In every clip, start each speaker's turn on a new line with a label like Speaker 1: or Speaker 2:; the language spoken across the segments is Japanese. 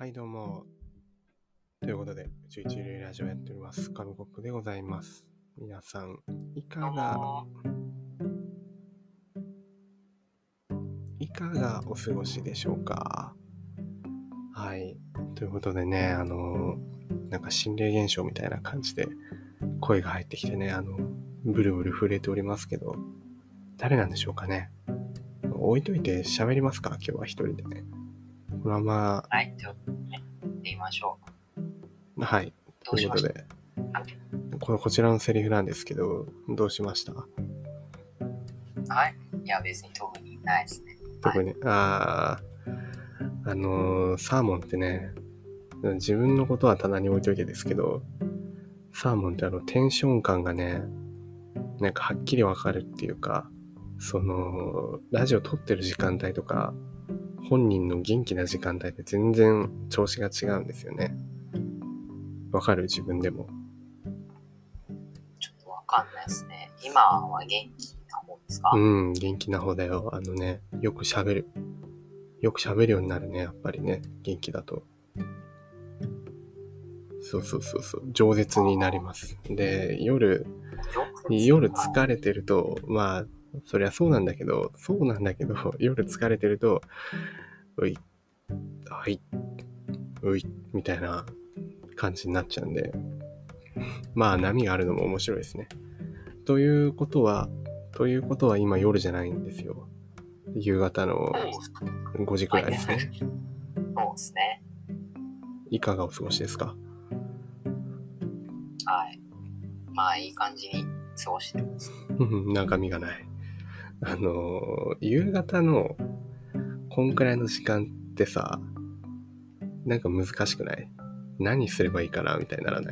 Speaker 1: はいどうも。ということで、11類ラジオやっております。神コックでございます。皆さん、いかがお過ごしでしょうか。はい。ということでね、なんか心霊現象みたいな感じで声が入ってきてね、ブルブル震えておりますけど、誰なんでしょうかね。置いといて喋りますか、今日は一人でね。このまま、
Speaker 2: はい、ではね、言いましょう。
Speaker 1: はい。ということで、こちらのセリフなんですけど、どうしました？
Speaker 2: はい。いや、別に特にないですね。
Speaker 1: 特に、サーモンってね、自分のことは棚に置いといてですけど、サーモンってテンション感がね、なんかはっきりわかるっていうか、ラジオ撮ってる時間帯とか、本人の元気な時間帯って全然調子が違うんですよね。わかる？自分でも。
Speaker 2: ちょっとわかんないですね。今は元気な方ですか？
Speaker 1: 元気な方だよ。よく喋る。よく喋るようになるね、やっぱりね、元気だと。そう。饒舌になります。で、夜疲れてると、まあ、そりゃそうなんだけど、夜疲れてると、うい、はい、うい、みたいな感じになっちゃうんで、まあ波があるのも面白いですね。ということは今夜じゃないんですよ。夕方の5時くらいですね。
Speaker 2: そうですね。
Speaker 1: いかがお過ごしですか？
Speaker 2: はい。まあ、いい感じに過ごしてます。
Speaker 1: 中身がない。夕方のこんくらいの時間ってさ、なんか難しくない？何すればいいかなみたいにならない？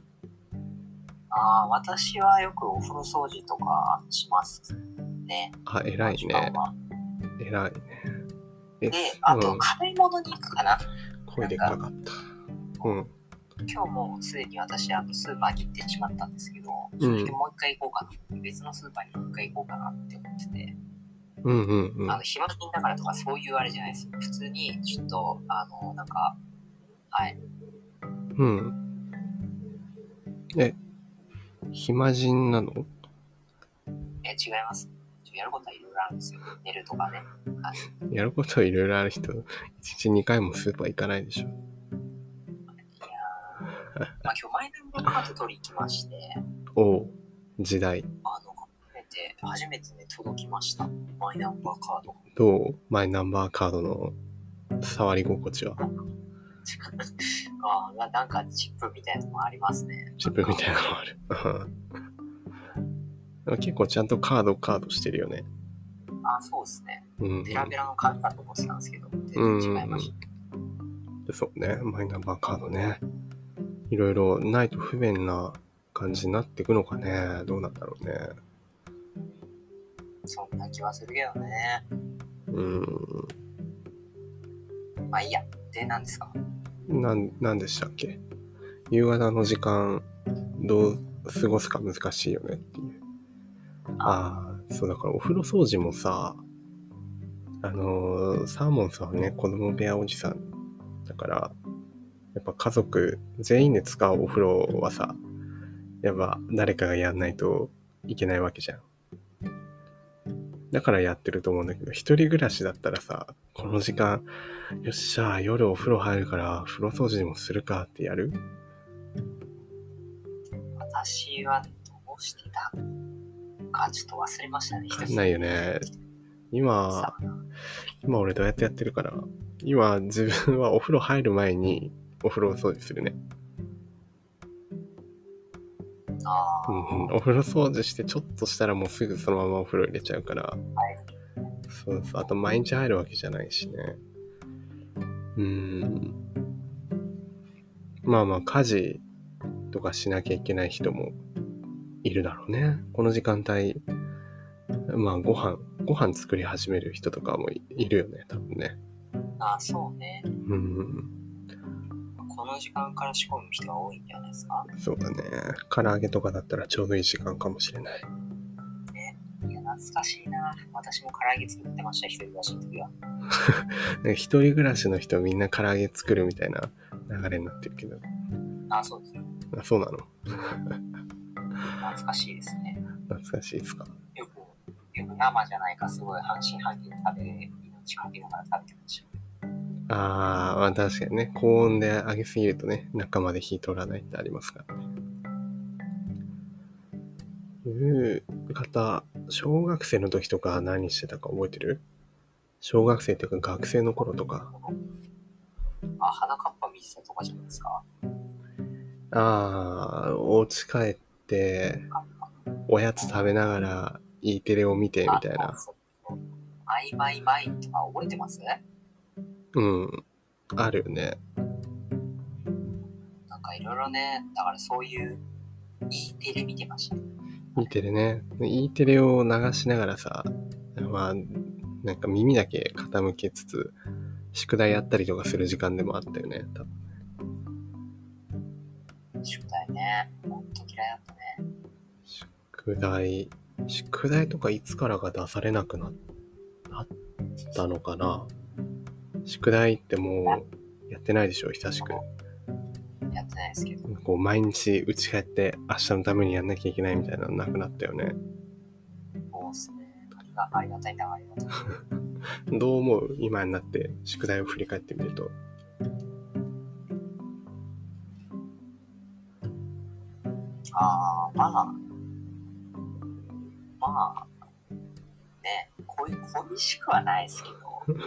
Speaker 2: 私はよくお風呂掃除とかしますね。
Speaker 1: 偉いね。偉いね。
Speaker 2: で、あと、買い物に行くかな。
Speaker 1: 声でっかかった。
Speaker 2: 今日もすでに私スーパーに行ってしまったんですけど、正直もう一回行こうかな、別のスーパーにもう一回行こうかなって思ってて、暇金だからとかそういうあれじゃないですよ。普通にちょっとなんかはい。
Speaker 1: 暇人なの？
Speaker 2: 違います。やることはいろいろあるんですよ。寝るとかね。はい。
Speaker 1: やることはいろいろある人、1日2回もスーパー行かないでしょ。
Speaker 2: まあ今日マイナンバーカード取り行きまして。
Speaker 1: 時代。
Speaker 2: 初めてね、届きました。マイナンバーカード。
Speaker 1: どう？マイナンバーカードの触り心地は。
Speaker 2: なんかチップみたいなのもありますね。
Speaker 1: チップみたいなのもある。結構ちゃんとカードしてるよね。
Speaker 2: そうですね。ベラベラのカードだと思ってたんですけど、全然違いました。
Speaker 1: そうね、マイナンバーカードね。いろいろないと不便な感じになっていくのかね。どうなんだろうね。
Speaker 2: そんな気はするけどね。まあいいや。で、何ですか？
Speaker 1: 何でしたっけ？夕方の時間どう過ごすか難しいよねっていう。そうだからお風呂掃除もさ、サーモンさんはね、子供部屋おじさんだから、やっぱ家族全員で使うお風呂はさ、やっぱ誰かがやんないといけないわけじゃん。だからやってると思うんだけど、一人暮らしだったらさ、この時間、よっしゃ、夜お風呂入るから風呂掃除でもするかってやる？
Speaker 2: 私はどうしてたかちょっと忘れましたね。
Speaker 1: わかんないよね。今俺どうやってやってるかな。今自分はお風呂入る前にお風呂掃除するね。お風呂掃除してちょっとしたらもうすぐそのままお風呂入れちゃうから。そう。あと毎日入るわけじゃないしね。まあ家事とかしなきゃいけない人もいるだろうね。この時間帯、まあご飯作り始める人とかもいるよね、多分ね。
Speaker 2: そうね。この時間から仕込む人が多いんじゃないですか？
Speaker 1: そうだね。唐揚げとかだったらちょうどいい時間かもしれない。
Speaker 2: ね。いや、 懐かしいな。私も唐揚げ作ってました、一人暮らしの時は。
Speaker 1: 一人暮らしの人みんな唐揚げ作るみたいな流れになってるけど。
Speaker 2: あ、そうですか。
Speaker 1: あ、そうなの。
Speaker 2: 懐かしいですね。
Speaker 1: 懐かしいですか。
Speaker 2: よく生じゃないかすごい半信半疑で食べ、命かけながら食べてました。
Speaker 1: まあ確かにね、高温で揚げすぎるとね、中まで火通らないってありますからね。小学生の時とか何してたか覚えてる？小学生っていうか学生の頃とか。
Speaker 2: 鼻かっぱ見せたとかじゃないですか。
Speaker 1: お家帰って、おやつ食べながら E テレを見てみたいな。
Speaker 2: マイマイマイとか覚えてます？
Speaker 1: うん、あるよね。
Speaker 2: なんかいろいろね、だからそういう E テレ見てました。
Speaker 1: E テレね。E テレを流しながらさ、まあ、なんか耳だけ傾けつつ、宿題やったりとかする時間でもあったよね、多分。
Speaker 2: 宿題ね、ほんと嫌いだったね。
Speaker 1: 宿題とかいつからか出されなくなったのかな。宿題ってもうやってないでしょ、久しく。
Speaker 2: やってないですけど。
Speaker 1: こう毎日家帰って明日のためにやんなきゃいけないみたいなのなくなったよね。
Speaker 2: そうっすね。ありがたいな、ありがたい。
Speaker 1: どう思う？今になって宿題を振り返ってみると。
Speaker 2: まあ、ね、恋しくはないですけど。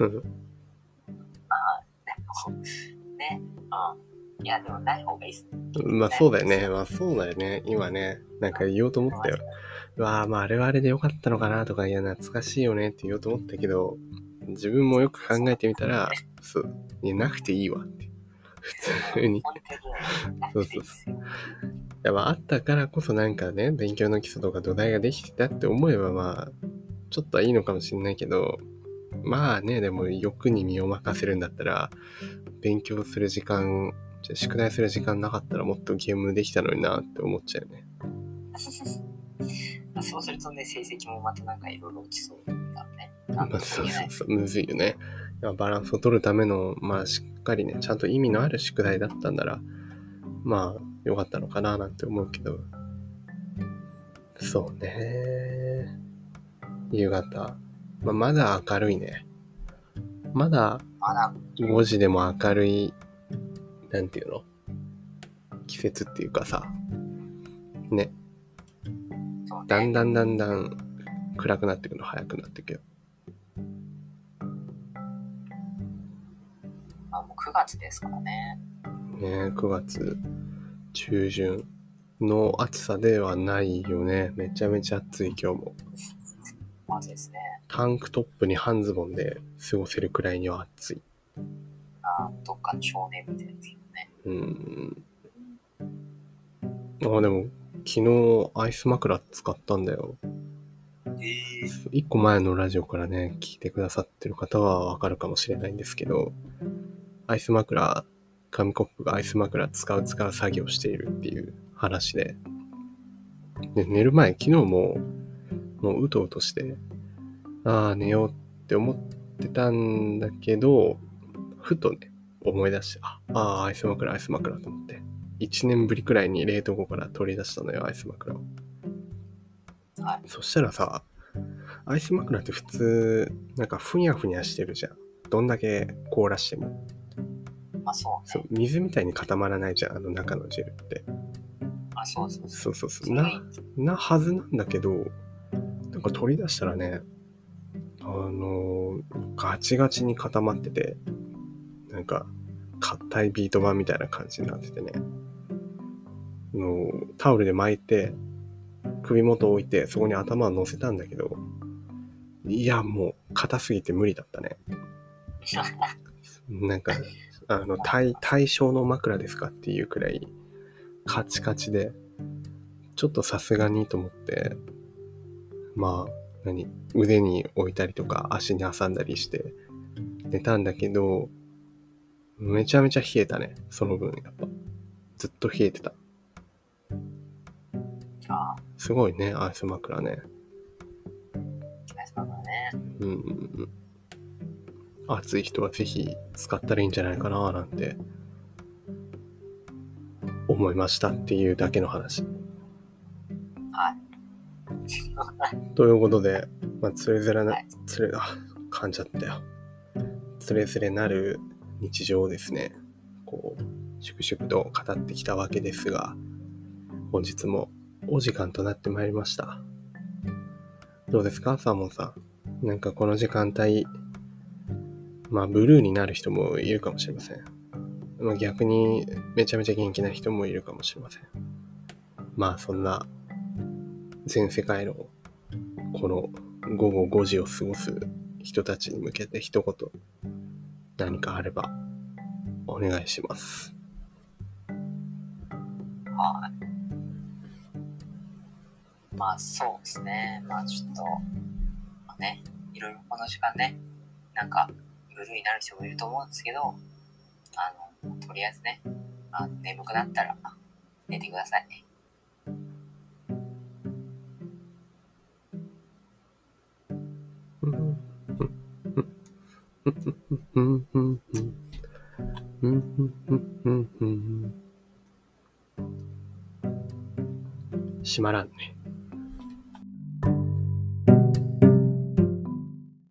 Speaker 2: ね、いや、でもない方がいいっすね。
Speaker 1: まあそうだよね。まあそうだよね。今ね、なんか言おうと思ったよ。まああれはあれでよかったのかなとか、いや懐かしいよねって言おうと思ったけど、自分もよく考えてみたら、いやなくていいわって。普通に。そう。やっぱあったからこそなんかね、勉強の基礎とか土台ができてたって思えばまあ、ちょっとはいいのかもしれないけど、まあね、でも欲に身を任せるんだったら、勉強する時間、宿題する時間なかったらもっとゲームできたのになって思っちゃうよね。
Speaker 2: そうするとね、成績もまたなんかいろいろ落ちそうだね。
Speaker 1: そう、むずいよね。バランスを取るための、まあしっかりね、ちゃんと意味のある宿題だったんなら、まあよかったのかななんて思うけど。そうね。夕方。まだ明るいね。まだ5時でも明るい、なんていうの？季節っていうかさ、ね。だんだん暗くなってくの早くなってくよ。
Speaker 2: もう9月ですからね。
Speaker 1: ね、9月中旬の暑さではないよね。めちゃめちゃ暑い今日も。
Speaker 2: まずですね。
Speaker 1: タンクトップに半ズボンで過ごせるくらいには暑い。
Speaker 2: どっかの少年みたいですよね。
Speaker 1: でも昨日アイス枕使ったんだよ。1個前のラジオからね、聞いてくださってる方はわかるかもしれないんですけど、アイス枕、紙コップがアイス枕使う作業しているっていう話で、寝る前、昨日もううとうとして、寝ようって思ってたんだけど、ふとね、思い出して、アイス枕と思って、1年ぶりくらいに冷凍庫から取り出したのよ、アイス枕を。
Speaker 2: はい。
Speaker 1: そしたらさ、アイス枕って普通、なんかふにゃふにゃしてるじゃん。どんだけ凍らしても。そう、水みたいに固まらないじゃん、中のジェルって。そう。なはずなんだけど、なんか取り出したらね、ガチガチに固まってて、なんか、硬いビート板みたいな感じになっててね。タオルで巻いて、首元を置いて、そこに頭を乗せたんだけど、いや、もう、硬すぎて無理だったね。なんか、対象の枕ですかっていうくらい、カチカチで、ちょっとさすがにと思って、腕に置いたりとか、足に挟んだりして、寝たんだけど、めちゃめちゃ冷えたね、その分、やっぱ。ずっと冷えてた。すごいね、アイス枕ね。
Speaker 2: だからね。
Speaker 1: 暑い人はぜひ使ったらいいんじゃないかななんて思いましたっていうだけの話。
Speaker 2: はい。
Speaker 1: ということで、つれづれな、噛んじゃったよ。つれづれなる日常をですね、こう、粛々と語ってきたわけですが、本日もお時間となってまいりました。どうですか、サーモンさん。なんかこの時間帯、ブルーになる人もいるかもしれません。逆にめちゃめちゃ元気な人もいるかもしれません。そんな全世界のこの午後5時を過ごす人たちに向けて一言何かあればお願いします。
Speaker 2: はい。そうですね。ちょっとね、いろいろこの時間ね、なんかブルーになる人もいると思うんですけど、とりあえずね、眠くなったら寝てくださいね。
Speaker 1: 閉まらんね。